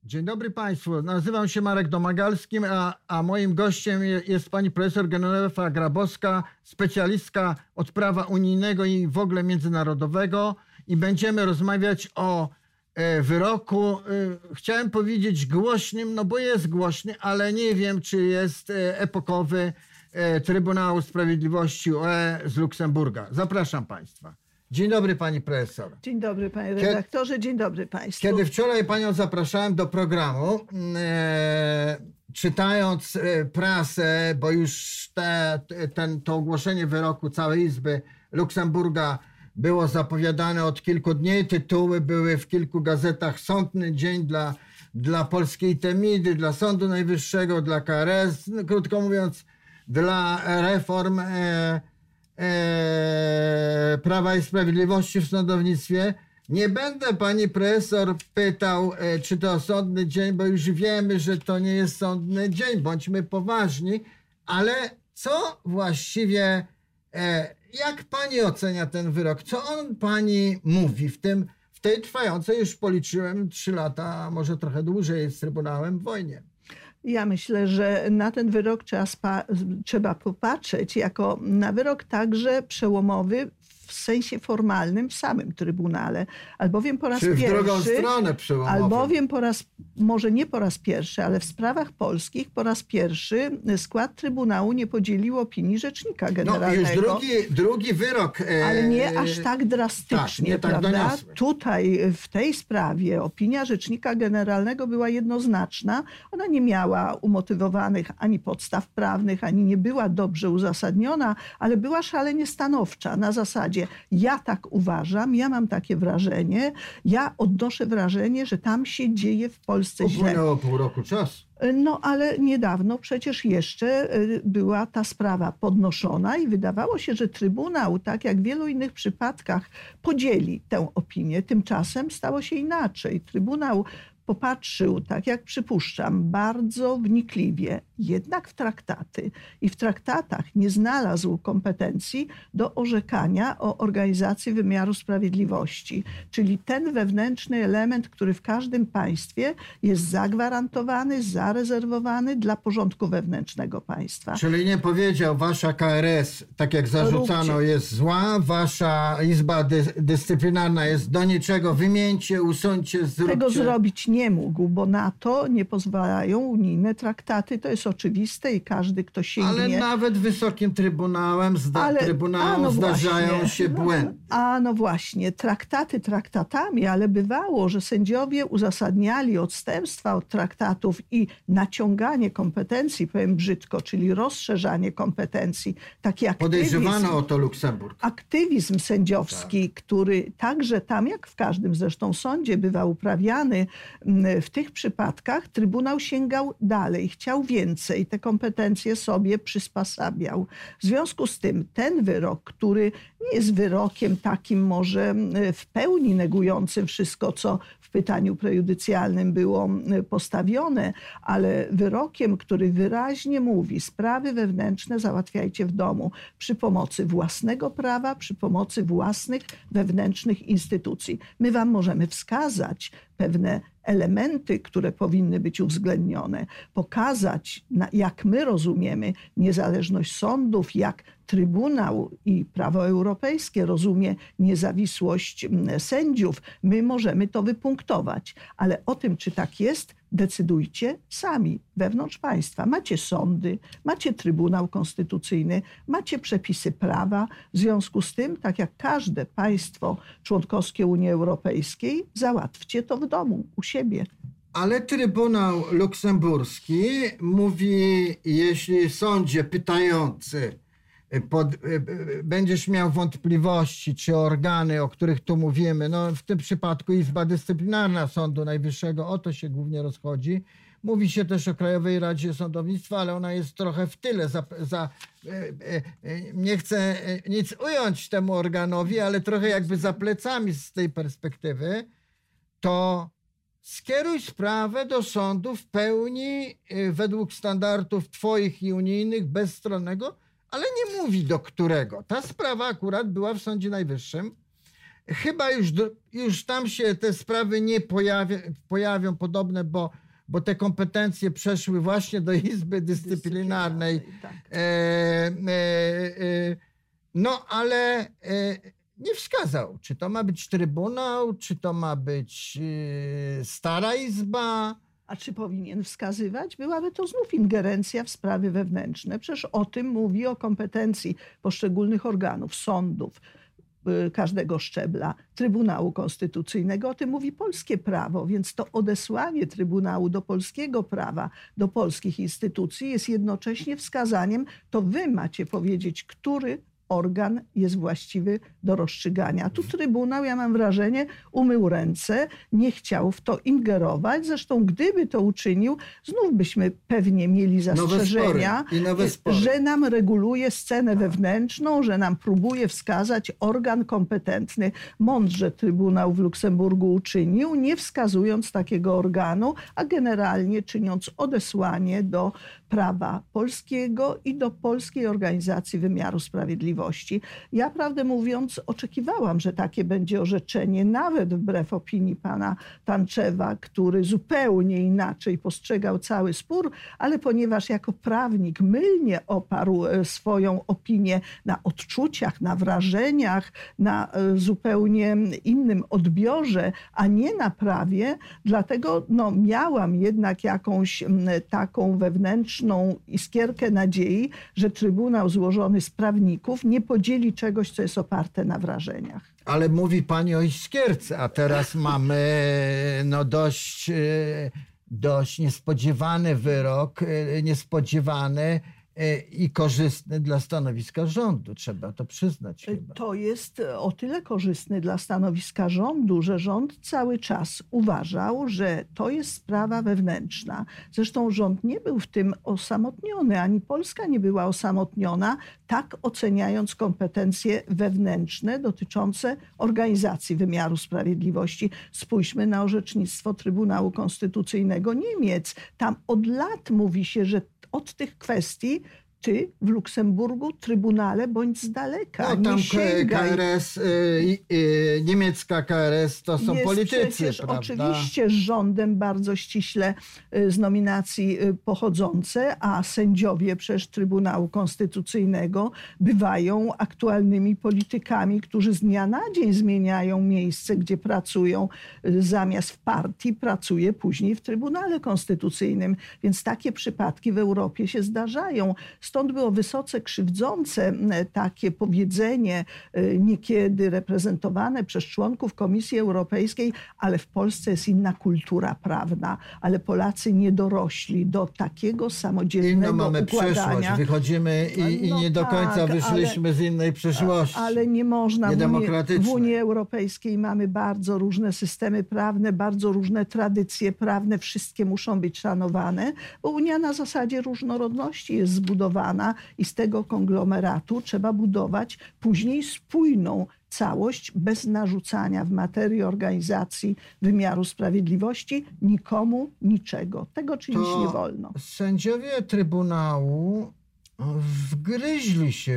Dzień dobry Państwu. Nazywam się Marek Domagalski, a moim gościem jest pani profesor Genowefa Grabowska, specjalistka od prawa unijnego i w ogóle międzynarodowego. I będziemy rozmawiać o wyroku, chciałem powiedzieć głośnym, no bo jest głośny, ale nie wiem, czy jest epokowy, Trybunału Sprawiedliwości UE z Luksemburga. Zapraszam Państwa. Dzień dobry pani profesor. Dzień dobry panie redaktorze, dzień dobry państwu. Kiedy wczoraj panią zapraszałem do programu, czytając prasę, bo już to ogłoszenie wyroku całej Izby Luksemburga było zapowiadane od kilku dni, tytuły były w kilku gazetach: sądny dzień dla polskiej Temidy, dla Sądu Najwyższego, dla KRS, no, krótko mówiąc dla reform Prawa i Sprawiedliwości w sądownictwie. Nie będę pani profesor pytał, czy to sądny dzień, bo już wiemy, że to nie jest sądny dzień. Bądźmy poważni, ale co właściwie, jak pani ocenia ten wyrok? Co on pani mówi w tej trwającej, już policzyłem, 3 lata, a może trochę dłużej z Trybunałem w wojnie? Ja myślę, że na ten wyrok trzeba popatrzeć jako na wyrok także przełomowy w sensie formalnym w samym Trybunale. Albowiem po raz pierwszy... w drugą stronę przełomowy. Albowiem może nie po raz pierwszy, ale w sprawach polskich po raz pierwszy skład Trybunału nie podzielił opinii Rzecznika Generalnego. No już drugi wyrok. Ale nie aż tak drastycznie, tak, prawda? doniosły. Tutaj w tej sprawie opinia Rzecznika Generalnego była jednoznaczna. Ona nie miała umotywowanych ani podstaw prawnych, ani nie była dobrze uzasadniona, ale była szalenie stanowcza na zasadzie: ja tak uważam, ja mam takie wrażenie, ja odnoszę wrażenie, że tam się dzieje w Polsce źle. Upłynęło pół roku czasu. No ale niedawno przecież jeszcze była ta sprawa podnoszona i wydawało się, że Trybunał, tak jak w wielu innych przypadkach, podzieli tę opinię. Tymczasem stało się inaczej. Trybunał popatrzył, tak jak przypuszczam, bardzo wnikliwie jednak w traktaty i w traktatach nie znalazł kompetencji do orzekania o organizacji wymiaru sprawiedliwości. Czyli ten wewnętrzny element, który w każdym państwie jest zagwarantowany, zarezerwowany dla porządku wewnętrznego państwa. Czyli nie powiedział: wasza KRS, tak jak zarzucano, jest zła, wasza Izba Dyscyplinarna jest do niczego, wymieńcie, usuńcie, zróbcie. Tego zrobić nie mógł, bo na to nie pozwalają unijne traktaty. To jest oczywiste i każdy, kto sięgnie... Ale nawet Wysokim Trybunałem zdarzają się błędy. No właśnie, traktaty traktatami, ale bywało, że sędziowie uzasadniali odstępstwa od traktatów i naciąganie kompetencji, powiem brzydko, czyli rozszerzanie kompetencji. Taki Podejrzewano o to Luksemburg. Aktywizm sędziowski, który także tam, jak w każdym zresztą sądzie, bywa uprawiany, w tych przypadkach Trybunał sięgał dalej, chciał więcej, te kompetencje sobie przysposabiał. W związku z tym ten wyrok, który nie jest wyrokiem takim może w pełni negującym wszystko, co w pytaniu prejudycjalnym było postawione, ale wyrokiem, który wyraźnie mówi: sprawy wewnętrzne załatwiajcie w domu przy pomocy własnego prawa, przy pomocy własnych wewnętrznych instytucji. My wam możemy wskazać pewne elementy, które powinny być uwzględnione, pokazać, jak my rozumiemy niezależność sądów, jak Trybunał i prawo europejskie rozumie niezawisłość sędziów. My możemy to wypunktować, ale o tym, czy tak jest, decydujcie sami wewnątrz państwa. Macie sądy, macie Trybunał Konstytucyjny, macie przepisy prawa. W związku z tym, tak jak każde państwo członkowskie Unii Europejskiej, załatwcie to w domu, u siebie. Ale Trybunał Luksemburski mówi: jeśli sądzie pytający będziesz miał wątpliwości, czy organy, o których tu mówimy, no w tym przypadku Izba Dyscyplinarna Sądu Najwyższego, o to się głównie rozchodzi. Mówi się też o Krajowej Radzie Sądownictwa, ale ona jest trochę w tyle. Nie chcę nic ująć temu organowi, ale trochę jakby za plecami z tej perspektywy, to skieruj sprawę do sądu w pełni według standardów twoich i unijnych, bezstronnego, ale nie mówi do którego. Ta sprawa akurat była w Sądzie Najwyższym chyba już tam się te sprawy nie pojawią podobne, bo te kompetencje przeszły właśnie do Izby Dyscyplinarnej. Tak. No ale nie wskazał, czy to ma być Trybunał, czy to ma być Stara Izba. A czy powinien wskazywać? Byłaby to znów ingerencja w sprawy wewnętrzne. Przecież o tym mówi, o kompetencji poszczególnych organów, sądów, każdego szczebla, Trybunału Konstytucyjnego. O tym mówi polskie prawo, więc to odesłanie Trybunału do polskiego prawa, do polskich instytucji jest jednocześnie wskazaniem, to wy macie powiedzieć, który organ jest właściwy do rozstrzygania. Tu Trybunał, ja mam wrażenie, umył ręce, nie chciał w to ingerować. Zresztą gdyby to uczynił, znów byśmy pewnie mieli zastrzeżenia, że nam reguluje scenę wewnętrzną, że nam próbuje wskazać organ kompetentny. Mądrze Trybunał w Luksemburgu uczynił, nie wskazując takiego organu, a generalnie czyniąc odesłanie do prawa polskiego i do Polskiej Organizacji Wymiaru Sprawiedliwości. Ja, prawdę mówiąc, oczekiwałam, że takie będzie orzeczenie, nawet wbrew opinii pana Tanczewa, który zupełnie inaczej postrzegał cały spór, ale ponieważ jako prawnik mylnie oparł swoją opinię na odczuciach, na wrażeniach, na zupełnie innym odbiorze, a nie na prawie, dlatego miałam jednak jakąś taką wewnętrzną iskierkę nadziei, że Trybunał złożony z prawników nie podzieli czegoś, co jest oparte na wrażeniach. Ale mówi pani o iskierce, a teraz mamy dość niespodziewany wyrok, niespodziewany i korzystny dla stanowiska rządu. Trzeba to przyznać chyba. To jest o tyle korzystny dla stanowiska rządu, że rząd cały czas uważał, że to jest sprawa wewnętrzna. Zresztą rząd nie był w tym osamotniony, ani Polska nie była osamotniona, tak oceniając kompetencje wewnętrzne dotyczące organizacji wymiaru sprawiedliwości. Spójrzmy na orzecznictwo Trybunału Konstytucyjnego Niemiec. Tam od lat mówi się, że od tych kwestii ty w Luksemburgu, Trybunale, bądź z daleka. No tam KRS, niemiecka KRS to są jest politycy, przecież prawda? Oczywiście z rządem bardzo ściśle z nominacji pochodzące, a sędziowie przecież Trybunału Konstytucyjnego bywają aktualnymi politykami, którzy z dnia na dzień zmieniają miejsce, gdzie pracują. Zamiast w partii pracuje później w Trybunale Konstytucyjnym. Więc takie przypadki w Europie się zdarzają. Stąd było wysoce krzywdzące takie powiedzenie, niekiedy reprezentowane przez członków Komisji Europejskiej, ale w Polsce jest inna kultura prawna, ale Polacy nie dorośli do takiego samodzielnego mamy układania. przeszłość, wychodzimy i nie do końca wyszliśmy z innej przeszłości. Ale nie można. W Unii Europejskiej mamy bardzo różne systemy prawne, bardzo różne tradycje prawne, wszystkie muszą być szanowane, bo Unia na zasadzie różnorodności jest zbudowana i z tego konglomeratu trzeba budować później spójną całość bez narzucania w materii organizacji wymiaru sprawiedliwości nikomu niczego. Tego czynić nie wolno. Sędziowie Trybunału wgryźli się,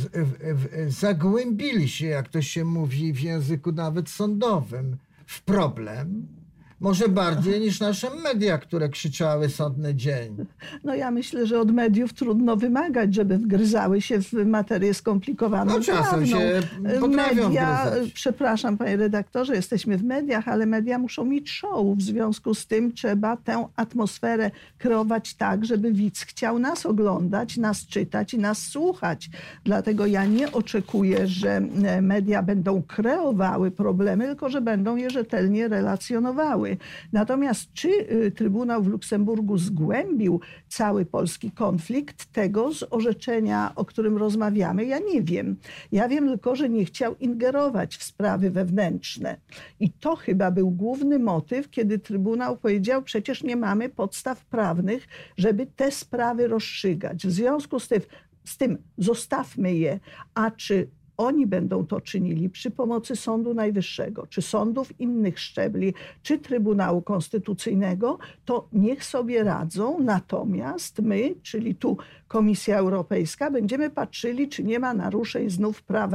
zagłębili się, jak to się mówi w języku nawet sądowym, w problem. Może bardziej niż nasze media, które krzyczały sądny dzień. No ja myślę, że od mediów trudno wymagać, żeby wgryzały się w materię skomplikowaną. No czasem się potrafią wgryzać. Przepraszam panie redaktorze, jesteśmy w mediach, ale media muszą mieć show. W związku z tym trzeba tę atmosferę kreować tak, żeby widz chciał nas oglądać, nas czytać i nas słuchać. Dlatego ja nie oczekuję, że media będą kreowały problemy, tylko że będą je rzetelnie relacjonowały. Natomiast czy Trybunał w Luksemburgu zgłębił cały polski konflikt, tego z orzeczenia, o którym rozmawiamy, ja nie wiem. Ja wiem tylko, że nie chciał ingerować w sprawy wewnętrzne. I to chyba był główny motyw, kiedy Trybunał powiedział, przecież nie mamy podstaw prawnych, żeby te sprawy rozstrzygać. W związku z tym zostawmy je. A czy oni będą to czynili przy pomocy Sądu Najwyższego, czy sądów innych szczebli, czy Trybunału Konstytucyjnego, to niech sobie radzą. Natomiast my, czyli tu Komisja Europejska, będziemy patrzyli, czy nie ma naruszeń znów prawa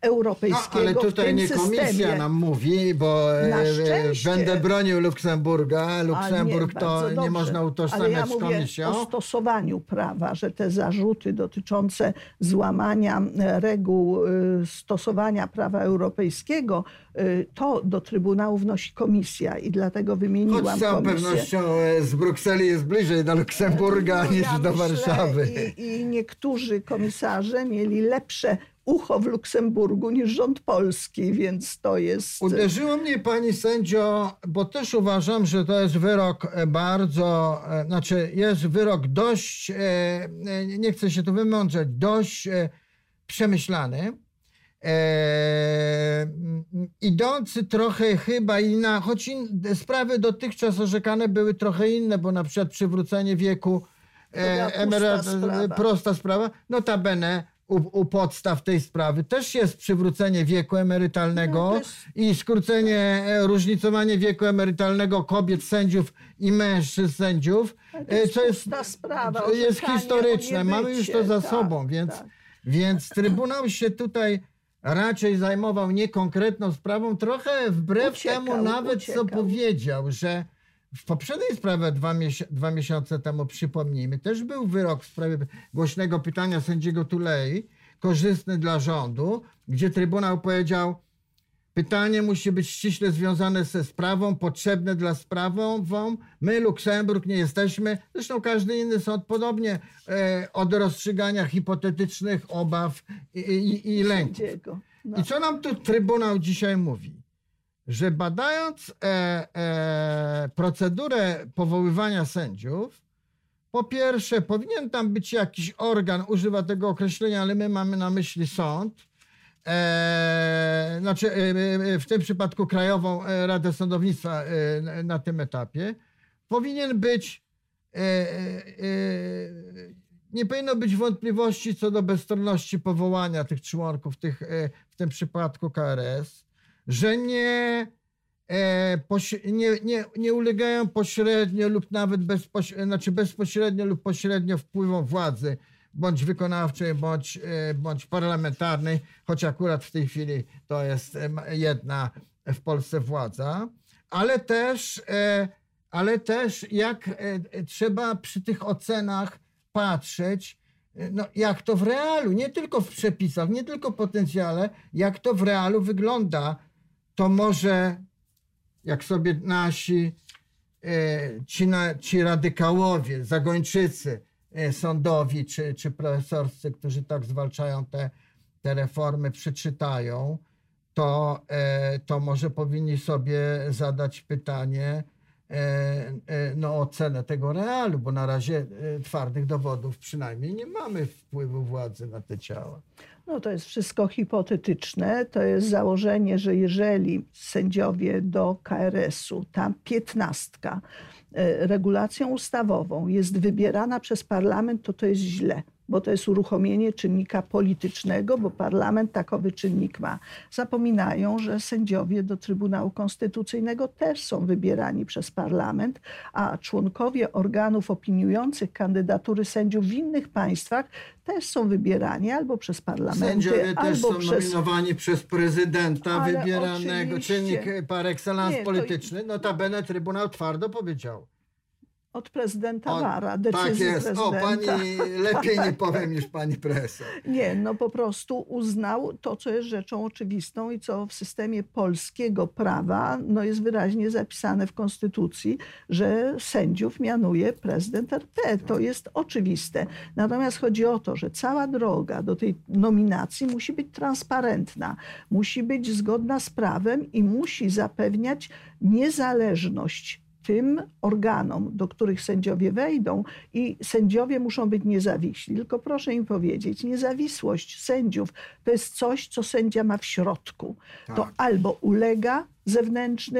europejskiego. Ale tutaj w tym nie komisja systemie. nam mówi, bo Na szczęście. będę bronił Luksemburga. Luksemburg to nie można Ale utożsamiać ja z mówię komisją. o stosowaniu prawa, że te zarzuty dotyczące złamania reguł stosowania prawa europejskiego, to do Trybunału wnosi komisja i dlatego wymieniłam Choć z całą komisję. pewnością z Brukseli jest bliżej do Luksemburga niż Ja do myślę, Warszawy. I niektórzy komisarze mieli lepsze ucho w Luksemburgu niż rząd polski, więc to jest... Uderzyło mnie, pani sędzio, bo też uważam, że to jest wyrok bardzo, jest wyrok dość, nie chcę się tu wymądrzeć, dość przemyślany, idący trochę chyba choć sprawy dotychczas orzekane były trochę inne, bo na przykład przywrócenie wieku prosta sprawa, notabene u podstaw tej sprawy też jest przywrócenie wieku emerytalnego i skrócenie, różnicowanie wieku emerytalnego kobiet sędziów i mężczyzn sędziów, co jest historyczne. Mamy już to za sobą, więc Trybunał się tutaj raczej zajmował nie konkretną sprawą, trochę wbrew temu nawet, co powiedział, że w poprzedniej sprawie 2 miesiące temu, przypomnijmy, też był wyrok w sprawie głośnego pytania sędziego Tulei, korzystny dla rządu, gdzie Trybunał powiedział, pytanie musi być ściśle związane ze sprawą, potrzebne dla sprawą. My, Luksemburg, nie jesteśmy, zresztą każdy inny sąd podobnie, od rozstrzygania hipotetycznych obaw i lęków. I co nam tu Trybunał dzisiaj mówi? Że badając procedurę powoływania sędziów, po pierwsze powinien tam być jakiś organ, używa tego określenia, ale my mamy na myśli sąd, w tym przypadku Krajową Radę Sądownictwa na tym etapie, powinien być, nie powinno być wątpliwości co do bezstronności powołania tych członków, w tym przypadku KRS, że nie ulegają pośrednio lub nawet bezpośrednio lub pośrednio wpływom władzy, bądź wykonawczej, bądź parlamentarnej, choć akurat w tej chwili to jest jedna w Polsce władza, ale też jak trzeba przy tych ocenach patrzeć, jak to w realu, nie tylko w przepisach, nie tylko w potencjale, jak to w realu wygląda. To może, jak sobie ci radykałowie, zagończycy sądowi czy profesorscy, którzy tak zwalczają te reformy, przeczytają, to może powinni sobie zadać pytanie o ocenę tego realu, bo na razie twardych dowodów przynajmniej nie mamy wpływu władzy na te ciała. No to jest wszystko hipotetyczne. To jest założenie, że jeżeli sędziowie do KRS-u, ta 15 regulacją ustawową jest wybierana przez parlament, to jest źle, bo to jest uruchomienie czynnika politycznego, bo parlament takowy czynnik ma. Zapominają, że sędziowie do Trybunału Konstytucyjnego też są wybierani przez parlament, a członkowie organów opiniujących kandydatury sędziów w innych państwach też są wybierani albo przez parlamenty, sędziowie też albo są nominowani przez prezydenta wybieranego, czynnik par excellence polityczny. Notabene Trybunał twardo powiedział. Od prezydenta Wara, decyzji tak jest. prezydenta. Pani lepiej nie powiem niż pani profesor. Nie, po prostu uznał to, co jest rzeczą oczywistą i co w systemie polskiego prawa jest wyraźnie zapisane w Konstytucji, że sędziów mianuje prezydent RP. To jest oczywiste. Natomiast chodzi o to, że cała droga do tej nominacji musi być transparentna, musi być zgodna z prawem i musi zapewniać niezależność tym organom, do których sędziowie wejdą, i sędziowie muszą być niezawiśli. Tylko proszę im powiedzieć, niezawisłość sędziów to jest coś, co sędzia ma w środku. Tak. To albo ulega zewnętrznym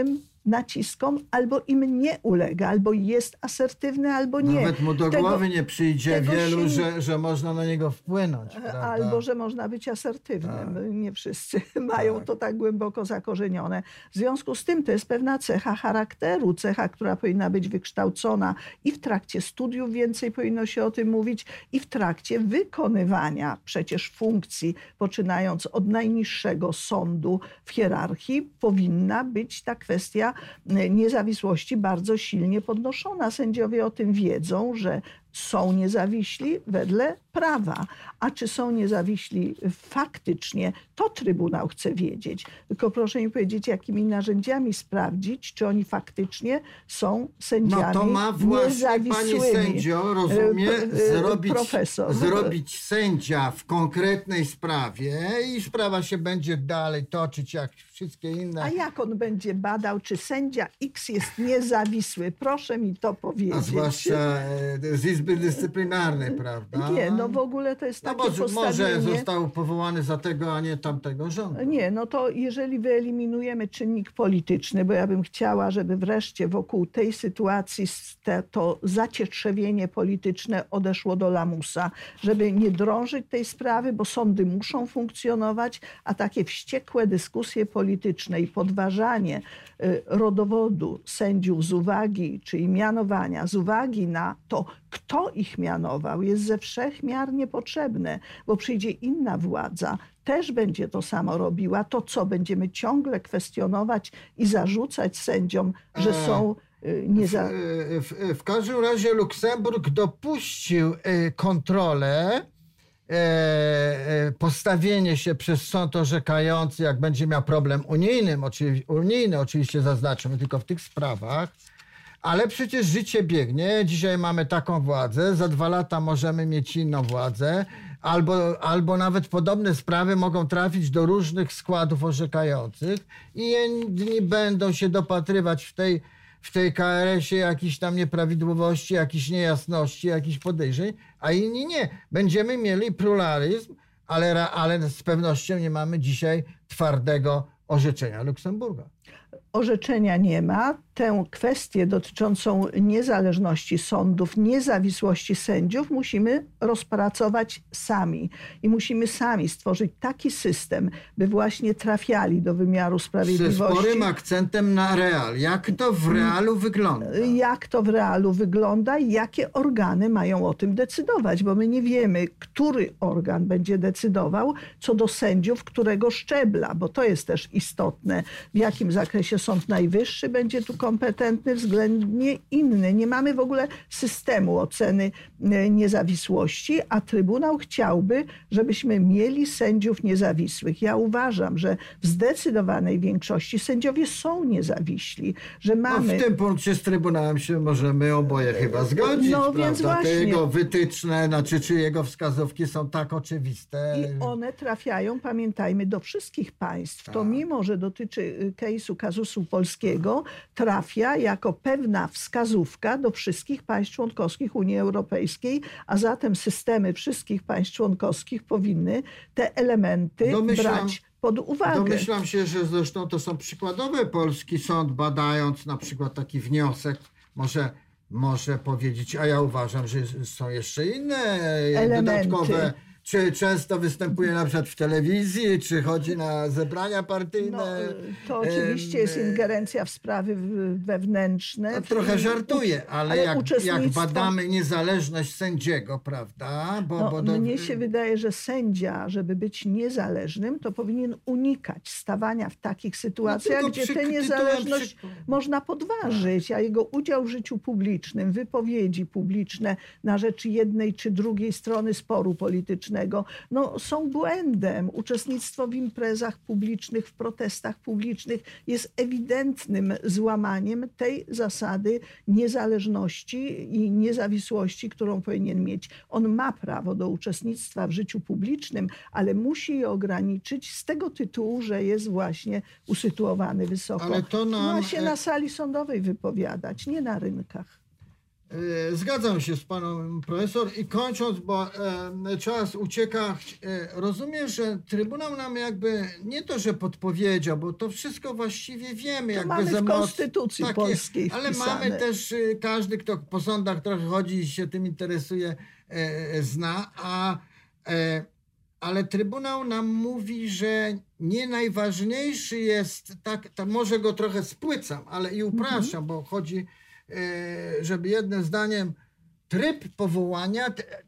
naciskom, albo im nie ulega, albo jest asertywny, albo nie. Nawet mu do głowy nie przyjdzie wielu, że można na niego wpłynąć. Prawda? Albo że można być asertywnym. Tak. Nie wszyscy mają to tak głęboko zakorzenione. W związku z tym to jest pewna cecha charakteru, cecha, która powinna być wykształcona i w trakcie studiów więcej powinno się o tym mówić, i w trakcie wykonywania przecież funkcji, poczynając od najniższego sądu w hierarchii, powinna być ta kwestia niezawisłości bardzo silnie podnoszona. Sędziowie o tym wiedzą, że są niezawiśli wedle prawa. A czy są niezawiśli faktycznie, to Trybunał chce wiedzieć. Tylko proszę mi powiedzieć, jakimi narzędziami sprawdzić, czy oni faktycznie są sędziami niezawisłymi. No to ma właśnie pani sędzio, rozumie, zrobić sędzia w konkretnej sprawie i sprawa się będzie dalej toczyć jak wszystkie inne. A jak on będzie badał, czy sędzia X jest niezawisły? Proszę mi to powiedzieć. A zwłaszcza z Izby Dyscyplinarnej, prawda? Nie, no w ogóle to jest takie postawienie. Może został powołany za tego, a nie tamtego rządu. Nie, no to jeżeli wyeliminujemy czynnik polityczny, bo ja bym chciała, żeby wreszcie wokół tej sytuacji to zacietrzewienie polityczne odeszło do lamusa, żeby nie drążyć tej sprawy, bo sądy muszą funkcjonować, a takie wściekłe dyskusje polityczne i podważanie rodowodu sędziów z uwagi, czyli mianowania, z uwagi na to, kto ich mianował, jest ze wszech miar niepotrzebne, bo przyjdzie inna władza, też będzie to samo robiła. To co, będziemy ciągle kwestionować i zarzucać sędziom, że są w każdym razie Luksemburg dopuścił kontrolę, postawienie się przez sąd orzekający, jak będzie miał problem unijny oczywiście zaznaczmy, tylko w tych sprawach, ale przecież życie biegnie. Dzisiaj mamy taką władzę, za 2 lata możemy mieć inną władzę, albo nawet podobne sprawy mogą trafić do różnych składów orzekających i jedni będą się dopatrywać w tej KRS-ie jakichś tam nieprawidłowości, jakichś niejasności, jakichś podejrzeń, a inni nie. Będziemy mieli pluralizm, ale z pewnością nie mamy dzisiaj twardego orzeczenia Luksemburga. Orzeczenia nie ma. Tę kwestię dotyczącą niezależności sądów, niezawisłości sędziów musimy rozpracować sami. I musimy sami stworzyć taki system, by właśnie trafiali do wymiaru sprawiedliwości. Ze sporym akcentem na real. Jak to w realu wygląda? Jak to w realu wygląda i jakie organy mają o tym decydować, bo my nie wiemy, który organ będzie decydował co do sędziów, którego szczebla, bo to jest też istotne, w jakim zakresie Sąd Najwyższy będzie tu kompetentny, względnie inny. Nie mamy w ogóle systemu oceny niezawisłości, a Trybunał chciałby, żebyśmy mieli sędziów niezawisłych. Ja uważam, że w zdecydowanej większości sędziowie są niezawiśli, że mamy... No w tym punkcie z Trybunałem się możemy oboje chyba zgodzić, no, prawda? Więc właśnie... Te jego wytyczne, czy jego wskazówki są tak oczywiste. I one trafiają, pamiętajmy, do wszystkich państw. To mimo, że dotyczy kazusu polskiego, trafia jako pewna wskazówka do wszystkich państw członkowskich Unii Europejskiej, a zatem systemy wszystkich państw członkowskich powinny te elementy brać pod uwagę. Domyślam się, że zresztą to są przykładowe. Polski sąd, badając na przykład taki wniosek, może powiedzieć, a ja uważam, że są jeszcze inne elementy. Dodatkowe. Czy często występuje na przykład w telewizji, czy chodzi na zebrania partyjne? No, to oczywiście jest ingerencja w sprawy wewnętrzne. No, trochę żartuję, ale jak badamy niezależność sędziego, prawda? Mnie się wydaje, że sędzia, żeby być niezależnym, to powinien unikać stawania w takich sytuacjach, gdzie tę niezależność można podważyć, a jego udział w życiu publicznym, wypowiedzi publiczne na rzecz jednej czy drugiej strony sporu politycznego, są błędem. Uczestnictwo w imprezach publicznych, w protestach publicznych jest ewidentnym złamaniem tej zasady niezależności i niezawisłości, którą powinien mieć. On ma prawo do uczestnictwa w życiu publicznym, ale musi je ograniczyć z tego tytułu, że jest właśnie usytuowany wysoko. Ale to ma się na sali sądowej wypowiadać, nie na rynkach. Zgadzam się z panem profesor i kończąc, bo czas ucieka, rozumiem, że Trybunał nam jakby nie to, że podpowiedział, bo to wszystko właściwie wiemy. To jakby mamy w Konstytucji polskiej ale wpisane. mamy też, każdy, kto po sądach trochę chodzi i się tym interesuje, zna, ale Trybunał nam mówi, że nie najważniejszy jest, tak może go trochę spłycam, ale i upraszczam, bo chodzi, żeby jednym zdaniem tryb powołania,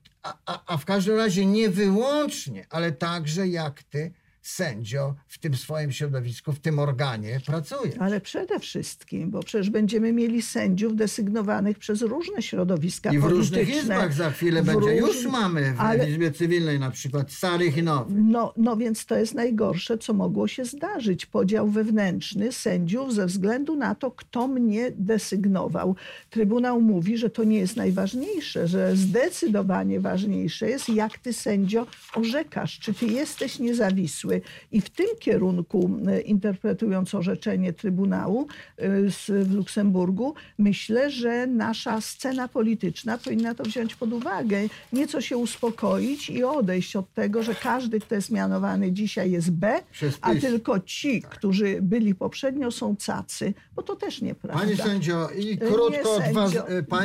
a w każdym razie nie wyłącznie, ale także jak ty, sędzio, w tym swoim środowisku, w tym organie pracuje. Ale przede wszystkim, bo przecież będziemy mieli sędziów desygnowanych przez różne środowiska I w polityczne. różnych izbach za chwilę będzie. Już mamy w Izbie Cywilnej na przykład starych i nowych. No więc to jest najgorsze, co mogło się zdarzyć. Podział wewnętrzny sędziów ze względu na to, kto mnie desygnował. Trybunał mówi, że to nie jest najważniejsze, że zdecydowanie ważniejsze jest, jak ty, sędzio, orzekasz, czy ty jesteś niezawisły. I w tym kierunku, interpretując orzeczenie Trybunału w Luksemburgu, myślę, że nasza scena polityczna powinna to wziąć pod uwagę, nieco się uspokoić i odejść od tego, że każdy, kto jest mianowany dzisiaj, jest B, a tylko ci, którzy byli poprzednio, są cacy, bo to też nieprawda. Pani sędzio, i krótko od was,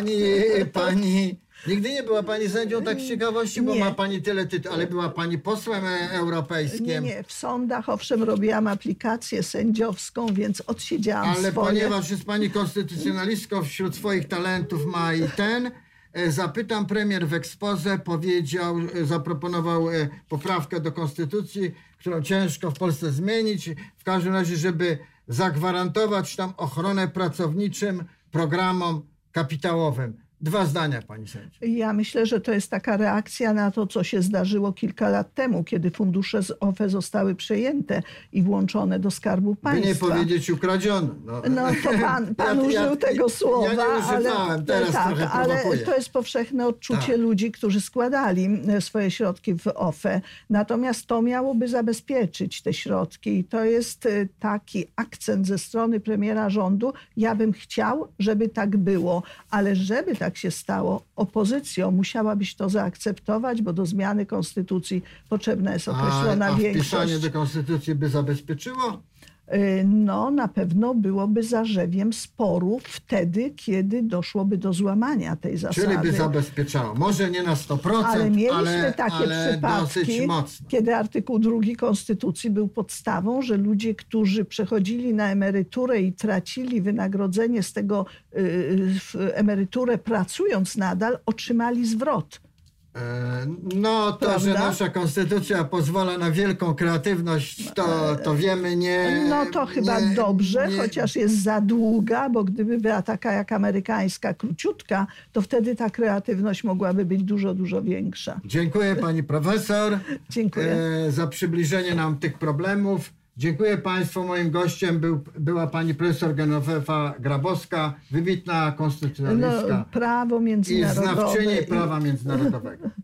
pani... Nigdy nie była pani sędzią, tak z ciekawości, bo ma pani tyle tytułów, ale była pani posłem europejskim. Nie. W sądach owszem robiłam aplikację sędziowską, więc odsiedziałam ale swoje. Ponieważ jest pani konstytucjonalistką, wśród swoich talentów ma i ten, zapytam, premier w exposé zaproponował poprawkę do konstytucji, którą ciężko w Polsce zmienić, w każdym razie, żeby zagwarantować tam ochronę pracowniczym programom kapitałowym. 2 zdania, pani sędzio. Ja myślę, że to jest taka reakcja na to, co się zdarzyło kilka lat temu, kiedy fundusze z OFE zostały przejęte i włączone do Skarbu Państwa. By nie powiedzieć ukradzione. No to pan użył tego słowa. Ja nie używałem, teraz trochę prowokuję. Ale to jest powszechne odczucie ludzi, którzy składali swoje środki w OFE. Natomiast to miałoby zabezpieczyć te środki i to jest taki akcent ze strony premiera rządu. Ja bym chciał, żeby tak było, ale żeby tak się stało, opozycja musiałabyś to zaakceptować, bo do zmiany konstytucji potrzebna jest określona większość. Wpisanie do konstytucji by zabezpieczyło? No, na pewno byłoby zarzewiem sporu wtedy, kiedy doszłoby do złamania tej zasady. Czyli by zabezpieczało. Może nie na 100%, ale mieliśmy takie przypadki, mocno. kiedy artykuł 2 Konstytucji był podstawą, że ludzie, którzy przechodzili na emeryturę i tracili wynagrodzenie z tego emeryturę pracując nadal, otrzymali zwrot. No to, prawda? Że nasza konstytucja pozwala na wielką kreatywność, to wiemy, nie... No to chyba dobrze, chociaż jest za długa, bo gdyby była taka jak amerykańska, króciutka, to wtedy ta kreatywność mogłaby być dużo, dużo większa. Dziękuję pani profesor. Dziękuję. Za przybliżenie nam tych problemów. Dziękuję państwu. Moim gościem była pani profesor Genowefa Grabowska, wybitna konstytucjonalistka prawo międzynarodowe i znawczyni prawa międzynarodowego.